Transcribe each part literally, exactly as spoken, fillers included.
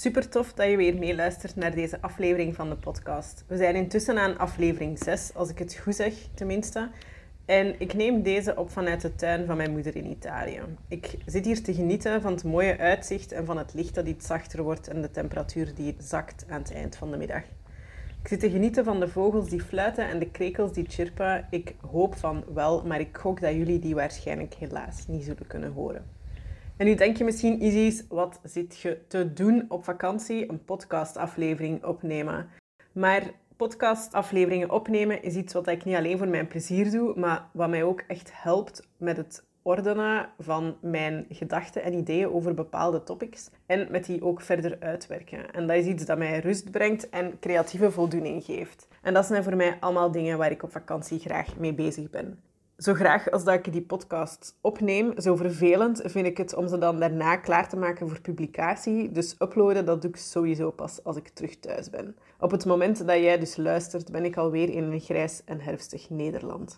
Super tof dat je weer meeluistert naar deze aflevering van de podcast. We zijn intussen aan aflevering zes, als ik het goed zeg tenminste. En ik neem deze op vanuit de tuin van mijn moeder in Italië. Ik zit hier te genieten van het mooie uitzicht en van het licht dat iets zachter wordt en de temperatuur die zakt aan het eind van de middag. Ik zit te genieten van de vogels die fluiten en de krekels die chirpen. Ik hoop van wel, maar ik gok dat jullie die waarschijnlijk helaas niet zullen kunnen horen. En nu denk je misschien, Isis, wat zit je te doen op vakantie? Een podcastaflevering opnemen. Maar podcastafleveringen opnemen is iets wat ik niet alleen voor mijn plezier doe, maar wat mij ook echt helpt met het ordenen van mijn gedachten en ideeën over bepaalde topics. En met die ook verder uitwerken. En dat is iets dat mij rust brengt en creatieve voldoening geeft. En dat zijn voor mij allemaal dingen waar ik op vakantie graag mee bezig ben. Zo graag als dat ik die podcast opneem, zo vervelend vind ik het om ze dan daarna klaar te maken voor publicatie. Dus uploaden, dat doe ik sowieso pas als ik terug thuis ben. Op het moment dat jij dus luistert, ben ik alweer in een grijs en herfstig Nederland.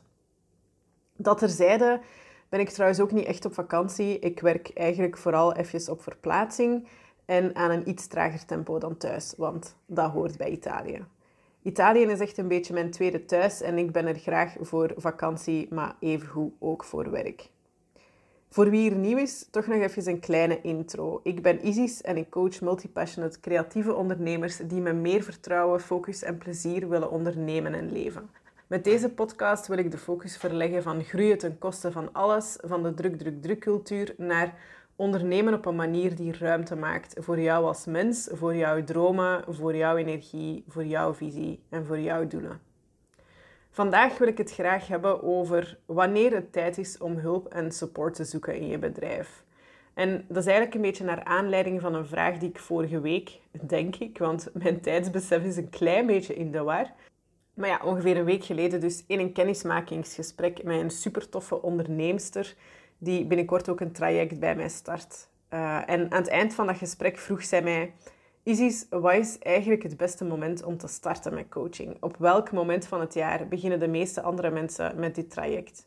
Dat terzijde ben ik trouwens ook niet echt op vakantie. Ik werk eigenlijk vooral even op verplaatsing en aan een iets trager tempo dan thuis, want dat hoort bij Italië. Italië is echt een beetje mijn tweede thuis en ik ben er graag voor vakantie, maar evengoed ook voor werk. Voor wie hier nieuw is, toch nog even een kleine intro. Ik ben Isis en ik coach multipassionate creatieve ondernemers die met meer vertrouwen, focus en plezier willen ondernemen en leven. Met deze podcast wil ik de focus verleggen van groeien ten koste van alles, van de druk-druk-druk-cultuur, naar ondernemen op een manier die ruimte maakt voor jou als mens, voor jouw dromen, voor jouw energie, voor jouw visie en voor jouw doelen. Vandaag wil ik het graag hebben over wanneer het tijd is om hulp en support te zoeken in je bedrijf. En dat is eigenlijk een beetje naar aanleiding van een vraag die ik vorige week, denk ik, want mijn tijdsbesef is een klein beetje in de war. Maar ja, ongeveer een week geleden dus in een kennismakingsgesprek met een super toffe onderneemster die binnenkort ook een traject bij mij start. Uh, en aan het eind van dat gesprek vroeg zij mij: Isis, wat is eigenlijk het beste moment om te starten met coaching? Op welk moment van het jaar beginnen de meeste andere mensen met dit traject?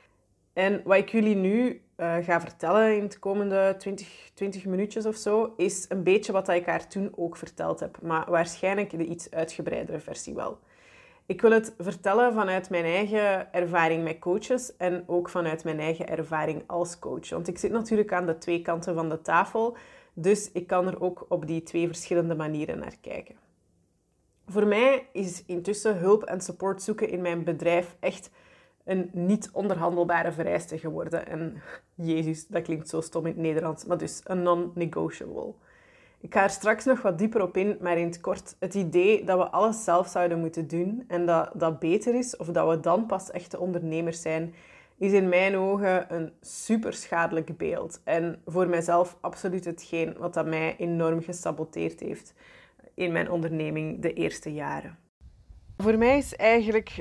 En wat ik jullie nu uh, ga vertellen in de komende twintig, twintig minuutjes of zo, is een beetje wat ik haar toen ook verteld heb. Maar waarschijnlijk de iets uitgebreidere versie wel. Ik wil het vertellen vanuit mijn eigen ervaring met coaches en ook vanuit mijn eigen ervaring als coach. Want ik zit natuurlijk aan de twee kanten van de tafel, dus ik kan er ook op die twee verschillende manieren naar kijken. Voor mij is intussen hulp en support zoeken in mijn bedrijf echt een niet onderhandelbare vereiste geworden. En jezus, dat klinkt zo stom in het Nederlands, maar dus een non-negotiable. Ik ga er straks nog wat dieper op in, maar in het kort, het idee dat we alles zelf zouden moeten doen en dat dat beter is, of dat we dan pas echte ondernemers zijn, is in mijn ogen een super schadelijk beeld. En voor mijzelf absoluut hetgeen wat dat mij enorm gesaboteerd heeft in mijn onderneming de eerste jaren. Voor mij is eigenlijk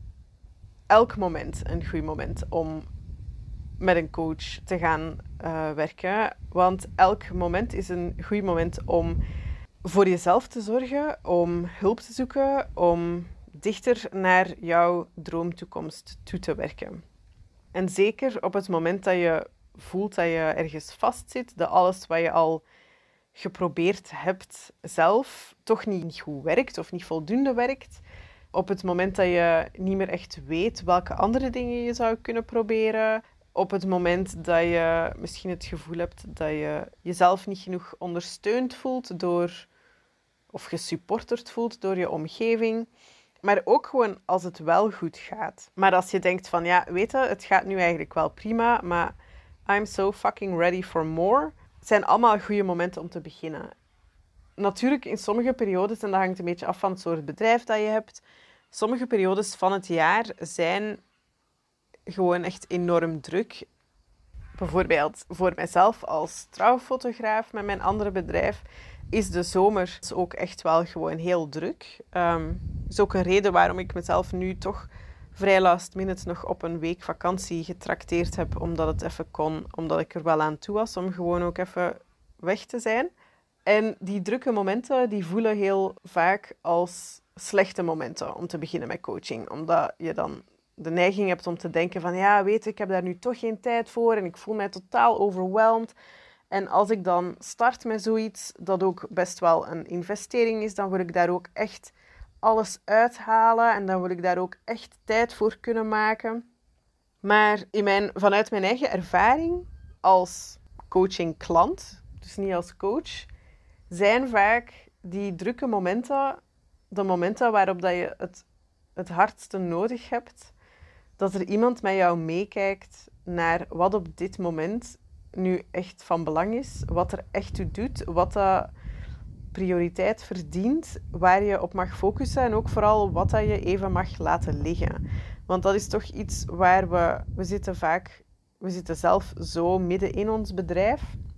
elk moment een goed moment om met een coach te gaan uh, werken. Want elk moment is een goed moment om voor jezelf te zorgen, om hulp te zoeken, om dichter naar jouw droomtoekomst toe te werken. En zeker op het moment dat je voelt dat je ergens vastzit, dat alles wat je al geprobeerd hebt zelf toch niet goed werkt of niet voldoende werkt. Op het moment dat je niet meer echt weet welke andere dingen je zou kunnen proberen. Op het moment dat je misschien het gevoel hebt dat je jezelf niet genoeg ondersteund voelt door, of gesupporterd voelt door je omgeving. Maar ook gewoon als het wel goed gaat. Maar als je denkt van, ja, weet je, het gaat nu eigenlijk wel prima, maar I'm so fucking ready for more. Het zijn allemaal goede momenten om te beginnen. Natuurlijk, in sommige periodes, en dat hangt een beetje af van het soort bedrijf dat je hebt, sommige periodes van het jaar zijn gewoon echt enorm druk. Bijvoorbeeld voor mijzelf als trouwfotograaf met mijn andere bedrijf is de zomer ook echt wel gewoon heel druk. Um, dat is ook een reden waarom ik mezelf nu toch vrij last minute nog op een week vakantie getrakteerd heb, omdat het even kon, omdat ik er wel aan toe was om gewoon ook even weg te zijn. En die drukke momenten die voelen heel vaak als slechte momenten om te beginnen met coaching, omdat je dan de neiging hebt om te denken van ja, weet je, ik heb daar nu toch geen tijd voor en ik voel mij totaal overweldigd. En als ik dan start met zoiets dat ook best wel een investering is, dan wil ik daar ook echt alles uithalen en dan wil ik daar ook echt tijd voor kunnen maken. Maar in mijn, vanuit mijn eigen ervaring als coaching-klant, dus niet als coach, zijn vaak die drukke momenten de momenten waarop dat je het, het hardste nodig hebt, dat er iemand met jou meekijkt naar wat op dit moment nu echt van belang is, wat er echt toe doet, wat dat prioriteit verdient, waar je op mag focussen en ook vooral wat dat je even mag laten liggen. Want dat is toch iets waar we... We zitten vaak... We zitten zelf zo midden in ons bedrijf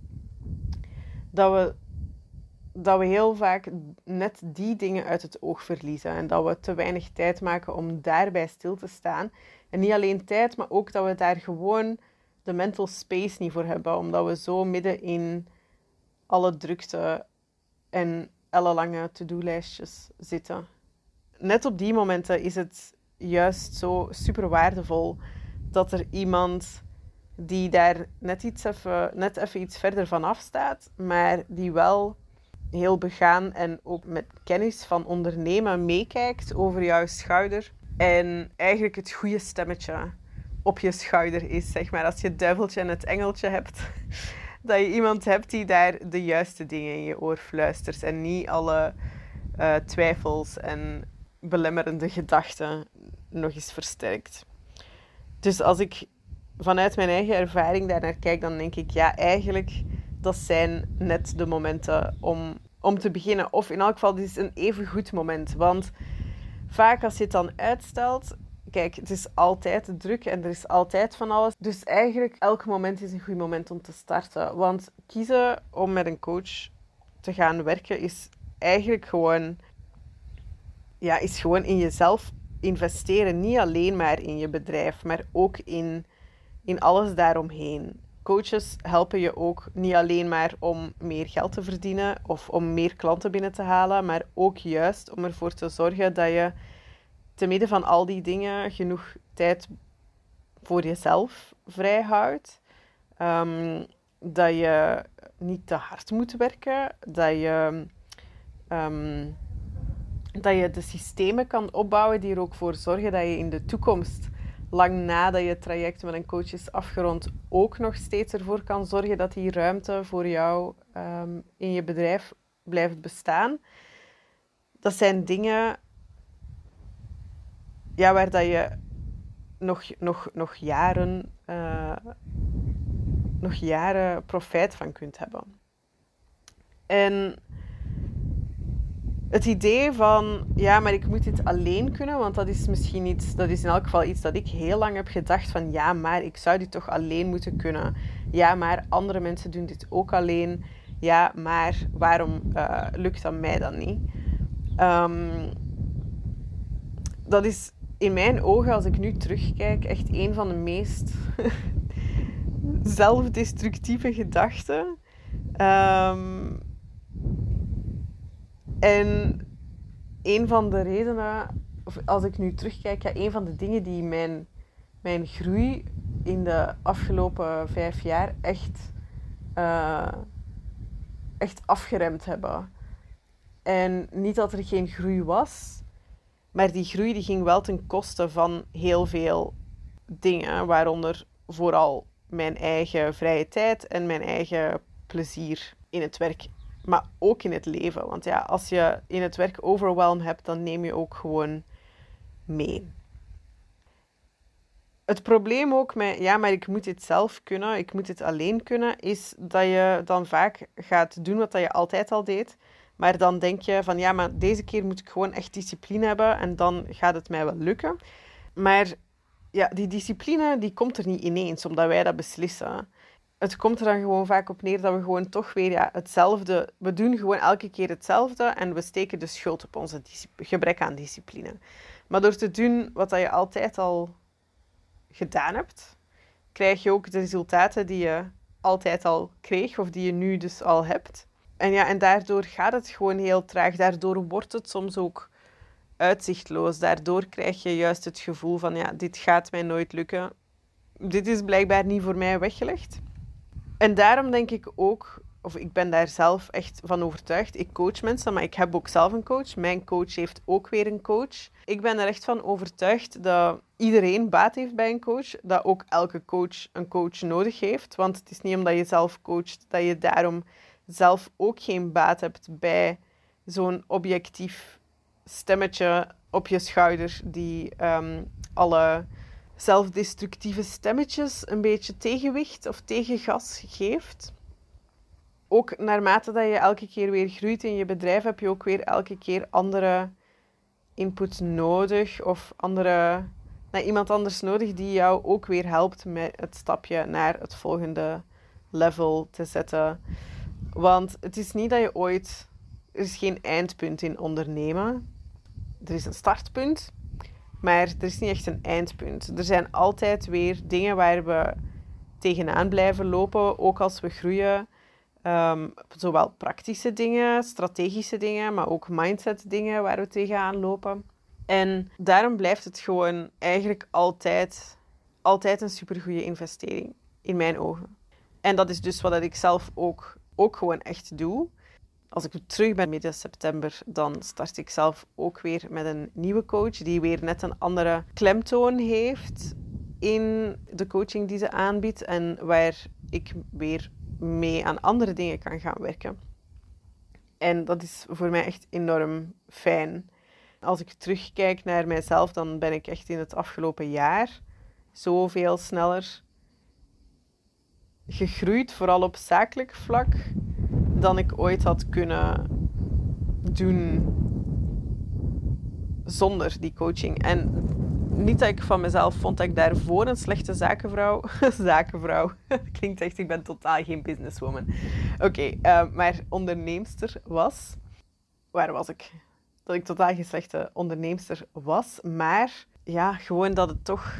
dat we, dat we heel vaak net die dingen uit het oog verliezen en dat we te weinig tijd maken om daarbij stil te staan. En niet alleen tijd, maar ook dat we daar gewoon de mental space niet voor hebben, omdat we zo midden in alle drukte en ellenlange to-do-lijstjes zitten. Net op die momenten is het juist zo super waardevol dat er iemand die daar net, iets even, net even iets verder vanaf staat, maar die wel heel begaan en ook met kennis van ondernemen meekijkt over jouw schouder en eigenlijk het goede stemmetje op je schouder is, zeg maar. Als je het duiveltje en het engeltje hebt, dat je iemand hebt die daar de juiste dingen in je oor fluistert en niet alle uh, twijfels en belemmerende gedachten nog eens versterkt. Dus als ik vanuit mijn eigen ervaring daar naar kijk, dan denk ik, ja, eigenlijk, dat zijn net de momenten om, om te beginnen. Of in elk geval, dit is een even goed moment. Want vaak als je het dan uitstelt, kijk, het is altijd druk en er is altijd van alles. Dus eigenlijk, elk moment is een goed moment om te starten. Want kiezen om met een coach te gaan werken is eigenlijk gewoon, ja, is gewoon in jezelf investeren. Niet alleen maar in je bedrijf, maar ook in, in alles daaromheen. Coaches helpen je ook niet alleen maar om meer geld te verdienen of om meer klanten binnen te halen, maar ook juist om ervoor te zorgen dat je te midden van al die dingen genoeg tijd voor jezelf vrijhoudt. Um, dat je niet te hard moet werken. Dat je, um, dat je de systemen kan opbouwen die er ook voor zorgen dat je in de toekomst, lang nadat je traject met een coach is afgerond, ook nog steeds ervoor kan zorgen dat die ruimte voor jou um, in je bedrijf blijft bestaan. Dat zijn dingen, ja, waar dat je nog, nog, nog, jaren, uh, nog jaren profijt van kunt hebben. En het idee van, ja, maar ik moet dit alleen kunnen, want dat is misschien iets, dat is in elk geval iets dat ik heel lang heb gedacht van, ja, maar ik zou dit toch alleen moeten kunnen. Ja, maar andere mensen doen dit ook alleen. Ja, maar waarom uh, lukt dat mij dan niet? Um, dat is in mijn ogen, als ik nu terugkijk, echt een van de meest zelfdestructieve gedachten. Um, en een van de redenen, of als ik nu terugkijk, ja, een van de dingen die mijn, mijn groei in de afgelopen vijf jaar echt, uh, echt afgeremd hebben. En niet dat er geen groei was, maar die groei die ging wel ten koste van heel veel dingen, waaronder vooral mijn eigen vrije tijd en mijn eigen plezier in het werk, maar ook in het leven. Want ja, als je in het werk overwhelm hebt, dan neem je ook gewoon mee. Het probleem ook met, ja, maar ik moet dit zelf kunnen, ik moet dit alleen kunnen, is dat je dan vaak gaat doen wat je altijd al deed. Maar dan denk je van, ja, maar deze keer moet ik gewoon echt discipline hebben en dan gaat het mij wel lukken. Maar ja, die discipline die komt er niet ineens, omdat wij dat beslissen. Het komt er dan gewoon vaak op neer dat we gewoon toch weer ja, hetzelfde... We doen gewoon elke keer hetzelfde en we steken de schuld op onze gebrek aan discipline. Maar door te doen wat je altijd al gedaan hebt, krijg je ook de resultaten die je altijd al kreeg of die je nu dus al hebt. En ja, en daardoor gaat het gewoon heel traag. Daardoor wordt het soms ook uitzichtloos. Daardoor krijg je juist het gevoel van, ja, dit gaat mij nooit lukken. Dit is blijkbaar niet voor mij weggelegd. En daarom denk ik ook, of ik ben daar zelf echt van overtuigd. Ik coach mensen, maar ik heb ook zelf een coach. Mijn coach heeft ook weer een coach. Ik ben er echt van overtuigd dat iedereen baat heeft bij een coach. Dat ook elke coach een coach nodig heeft. Want het is niet omdat je zelf coacht dat je daarom zelf ook geen baat hebt bij zo'n objectief stemmetje op je schouder die um, alle zelfdestructieve stemmetjes een beetje tegenwicht of tegengas geeft. Ook naarmate dat je elke keer weer groeit in je bedrijf, heb je ook weer elke keer andere input nodig of andere, nou, iemand anders nodig die jou ook weer helpt met het stapje naar het volgende level te zetten. Want het is niet dat je ooit... Er is geen eindpunt in ondernemen. Er is een startpunt, maar er is niet echt een eindpunt. Er zijn altijd weer dingen waar we tegenaan blijven lopen, ook als we groeien. Um, zowel praktische dingen, strategische dingen, maar ook mindset dingen waar we tegenaan lopen. En daarom blijft het gewoon eigenlijk altijd, altijd een supergoeie investering, in mijn ogen. En dat is dus wat ik zelf ook, ook gewoon echt doe. Als ik terug ben midden september, dan start ik zelf ook weer met een nieuwe coach die weer net een andere klemtoon heeft in de coaching die ze aanbiedt en waar ik weer mee aan andere dingen kan gaan werken. En dat is voor mij echt enorm fijn. Als ik terugkijk naar mijzelf, dan ben ik echt in het afgelopen jaar zoveel sneller gegroeid, vooral op zakelijk vlak, dan ik ooit had kunnen doen zonder die coaching. En niet dat ik van mezelf vond dat ik daarvoor een slechte zakenvrouw... zakenvrouw. Klinkt echt, ik ben totaal geen businesswoman. Oké, okay, uh, maar onderneemster was. Waar was ik? Dat ik totaal geen slechte onderneemster was. Maar ja, gewoon dat het toch...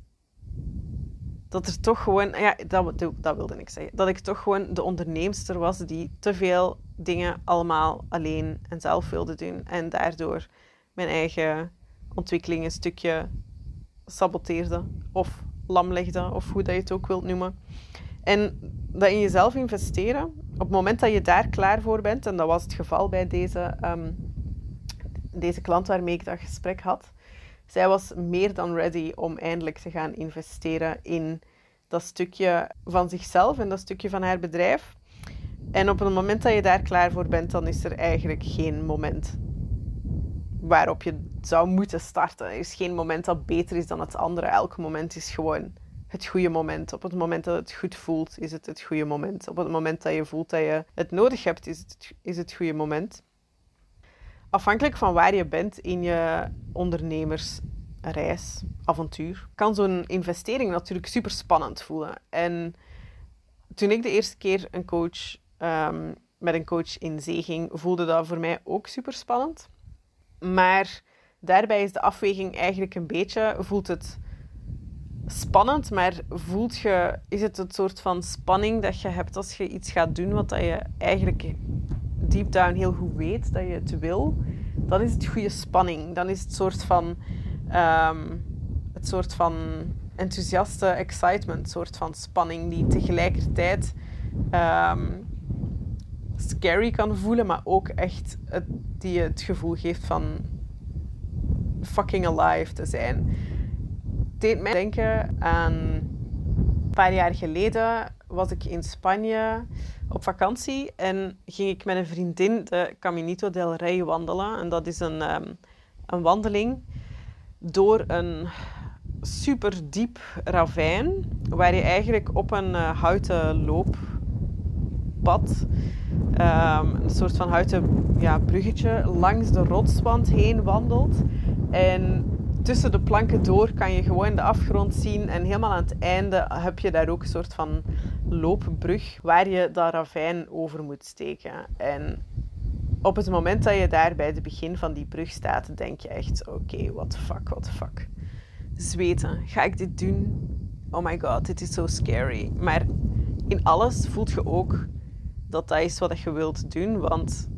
Dat er toch gewoon... Ja, dat, dat wilde ik zeggen. Dat ik toch gewoon de onderneemster was die te veel dingen allemaal alleen en zelf wilde doen. En daardoor mijn eigen ontwikkeling een stukje saboteerde of lamlegde, of hoe dat je het ook wilt noemen. En dat in jezelf investeren, op het moment dat je daar klaar voor bent, en dat was het geval bij deze, um, deze klant waarmee ik dat gesprek had, zij was meer dan ready om eindelijk te gaan investeren in dat stukje van zichzelf en dat stukje van haar bedrijf. En op het moment dat je daar klaar voor bent, dan is er eigenlijk geen moment waarop je zou moeten starten. Er is geen moment dat beter is dan het andere. Elk moment is gewoon het goede moment. Op het moment dat het goed voelt, is het het goede moment. Op het moment dat je voelt dat je het nodig hebt, is het is het goede moment. Afhankelijk van waar je bent in je ondernemersreis, avontuur, kan zo'n investering natuurlijk super spannend voelen. En toen ik de eerste keer een coach, um, met een coach in zee ging, voelde dat voor mij ook super spannend. Maar daarbij is de afweging eigenlijk een beetje, voelt het spannend, maar voelt je, is het het soort van spanning dat je hebt als je iets gaat doen wat dat je eigenlijk deep down heel goed weet dat je het wil, dan is het goede spanning. Dan is het soort van, um, het soort van enthousiaste excitement, soort van spanning die tegelijkertijd um, scary kan voelen, maar ook echt het, die je het gevoel geeft van fucking alive te zijn. Het deed mij denken aan een paar jaar geleden was ik in Spanje op vakantie en ging ik met een vriendin de Caminito del Rey wandelen. En dat is een, um, een wandeling door een super diep ravijn, waar je eigenlijk op een uh, houten looppad, um, een soort van houten ja, bruggetje, langs de rotswand heen wandelt. En tussen de planken door kan je gewoon de afgrond zien. En helemaal aan het einde heb je daar ook een soort van loopbrug waar je dat ravijn over moet steken. En op het moment dat je daar bij het begin van die brug staat, denk je echt, oké, okay, what the fuck, what the fuck. Zweten, ga ik dit doen? Oh my god, dit is zo scary. Maar in alles voelt je ook dat dat is wat je wilt doen, want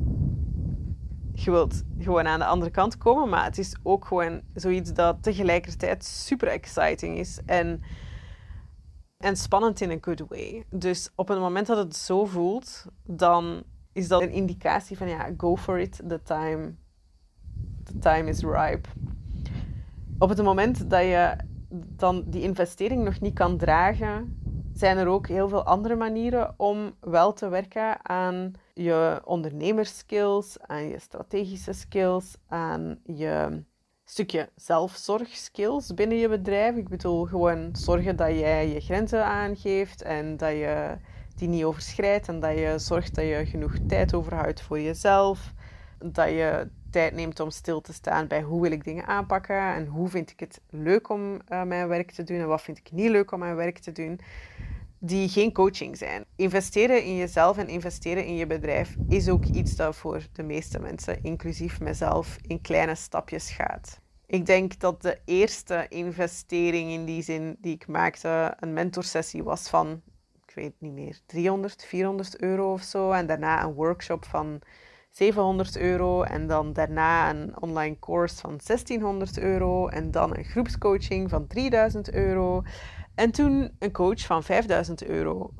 je wilt gewoon aan de andere kant komen, maar het is ook gewoon zoiets dat tegelijkertijd super exciting is. En En spannend in een good way. Dus op het moment dat het zo voelt, dan is dat een indicatie van ja, go for it. The time, the time is ripe. Op het moment dat je dan die investering nog niet kan dragen, zijn er ook heel veel andere manieren om wel te werken aan je ondernemerskills, aan je strategische skills, aan je stukje zelfzorgskills binnen je bedrijf. Ik bedoel gewoon zorgen dat jij je grenzen aangeeft en dat je die niet overschrijdt en dat je zorgt dat je genoeg tijd overhoudt voor jezelf. Dat je tijd neemt om stil te staan bij hoe wil ik dingen aanpakken en hoe vind ik het leuk om uh, mijn werk te doen en wat vind ik niet leuk om mijn werk te doen. Die geen coaching zijn. Investeren in jezelf en investeren in je bedrijf is ook iets dat voor de meeste mensen, inclusief mezelf, in kleine stapjes gaat. Ik denk dat de eerste investering in die zin die ik maakte een mentorsessie was van, ik weet niet meer, driehonderd, vierhonderd euro of zo. En daarna een workshop van zevenhonderd euro. En dan daarna een online course van zestienhonderd euro. En dan een groepscoaching van drieduizend euro. En toen een coach van vijfduizend euro.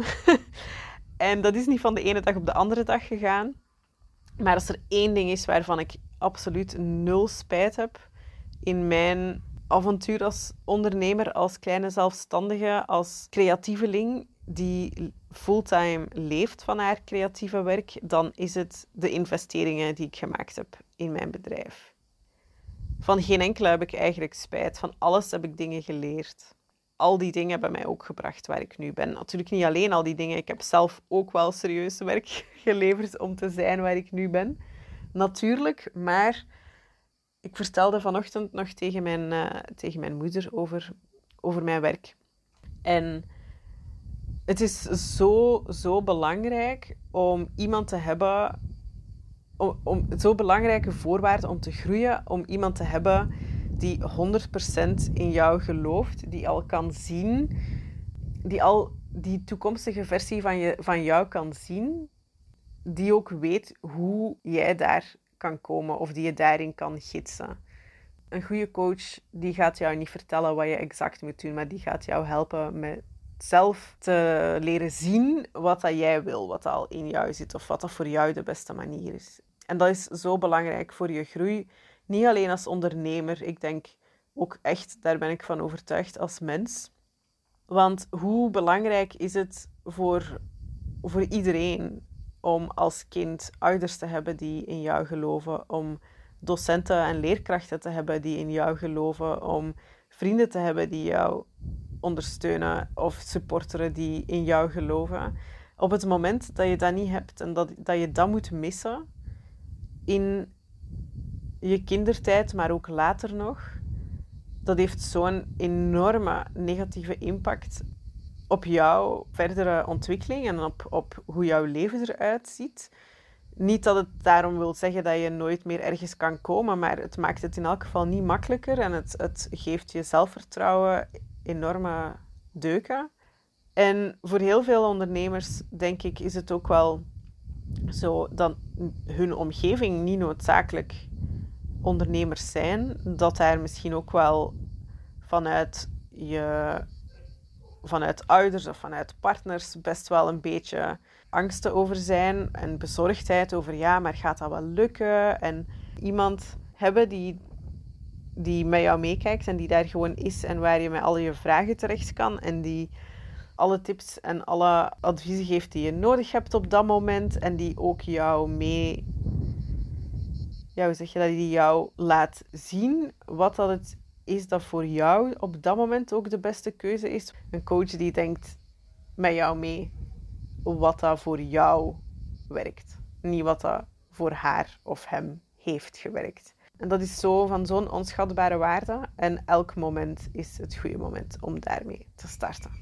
En dat is niet van de ene dag op de andere dag gegaan. Maar als er één ding is waarvan ik absoluut nul spijt heb in mijn avontuur als ondernemer, als kleine zelfstandige, als creatieveling die fulltime leeft van haar creatieve werk, dan is het de investeringen die ik gemaakt heb in mijn bedrijf. Van geen enkele heb ik eigenlijk spijt. Van alles heb ik dingen geleerd. Al die dingen hebben mij ook gebracht waar ik nu ben. Natuurlijk niet alleen al die dingen. Ik heb zelf ook wel serieus werk geleverd om te zijn waar ik nu ben. Natuurlijk, maar ik vertelde vanochtend nog tegen mijn, uh, tegen mijn moeder over, over mijn werk. En het is zo, zo belangrijk om iemand te hebben, om, om, zo belangrijke voorwaarde om te groeien, om iemand te hebben die honderd procent in jou gelooft, die al kan zien, die al die toekomstige versie van, je, van jou kan zien, die ook weet hoe jij daar kan komen of die je daarin kan gidsen. Een goede coach die gaat jou niet vertellen wat je exact moet doen, maar die gaat jou helpen met zelf te leren zien wat dat jij wil, wat al in jou zit of wat dat voor jou de beste manier is. En dat is zo belangrijk voor je groei. Niet alleen als ondernemer, ik denk ook echt, daar ben ik van overtuigd, als mens. Want hoe belangrijk is het voor, voor iedereen om als kind ouders te hebben die in jou geloven, om docenten en leerkrachten te hebben die in jou geloven, om vrienden te hebben die jou ondersteunen of supporteren die in jou geloven. Op het moment dat je dat niet hebt en dat, dat je dat moet missen in je kindertijd, maar ook later nog, dat heeft zo'n enorme negatieve impact op jouw verdere ontwikkeling en op, op hoe jouw leven eruit ziet. Niet dat het daarom wil zeggen dat je nooit meer ergens kan komen, maar het maakt het in elk geval niet makkelijker en het, het geeft je zelfvertrouwen enorme deuken. En voor heel veel ondernemers, denk ik, is het ook wel zo dat hun omgeving niet noodzakelijk ondernemers zijn, dat daar misschien ook wel vanuit je, vanuit ouders of vanuit partners best wel een beetje angsten over zijn en bezorgdheid over ja, maar gaat dat wel lukken? En iemand hebben die, die met jou meekijkt en die daar gewoon is en waar je met al je vragen terecht kan en die alle tips en alle adviezen geeft die je nodig hebt op dat moment en die ook jou mee, ja, hoe zeg je dat, die jou laat zien wat dat het is dat voor jou op dat moment ook de beste keuze is. Een coach die denkt met jou mee wat dat voor jou werkt. Niet wat dat voor haar of hem heeft gewerkt. En dat is zo van zo'n onschatbare waarde. En elk moment is het goede moment om daarmee te starten.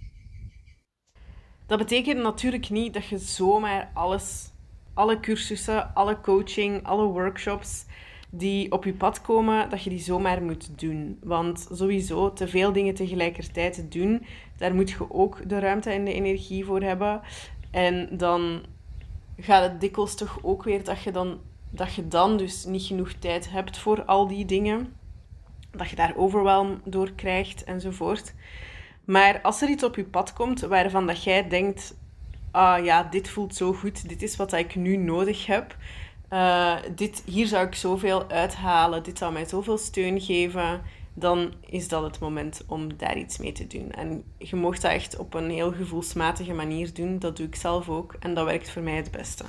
Dat betekent natuurlijk niet dat je zomaar alles, alle cursussen, alle coaching, alle workshops die op je pad komen, dat je die zomaar moet doen. Want sowieso, te veel dingen tegelijkertijd doen, daar moet je ook de ruimte en de energie voor hebben. En dan gaat het dikwijls toch ook weer dat je dan, dat je dan dus niet genoeg tijd hebt voor al die dingen. Dat je daar overwhelm door krijgt enzovoort. Maar als er iets op je pad komt waarvan dat jij denkt, ah ja, dit voelt zo goed, dit is wat ik nu nodig heb, uh, dit, hier zou ik zoveel uithalen, dit zou mij zoveel steun geven, dan is dat het moment om daar iets mee te doen. En je mocht dat echt op een heel gevoelsmatige manier doen, dat doe ik zelf ook en dat werkt voor mij het beste.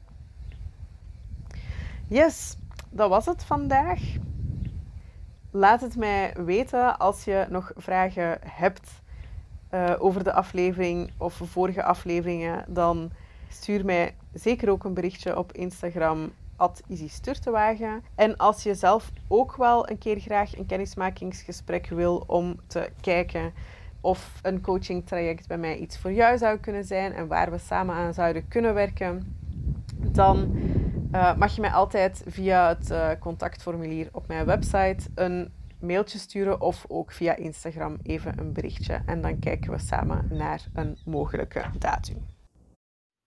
Yes, dat was het vandaag. Laat het mij weten als je nog vragen hebt uh, over de aflevering of vorige afleveringen. Dan stuur mij zeker ook een berichtje op Instagram at izisturtewagen. En als je zelf ook wel een keer graag een kennismakingsgesprek wil om te kijken of een coachingtraject bij mij iets voor jou zou kunnen zijn en waar we samen aan zouden kunnen werken, dan uh, mag je mij altijd via het uh, contactformulier op mijn website een mailtje sturen of ook via Instagram even een berichtje. En dan kijken we samen naar een mogelijke datum.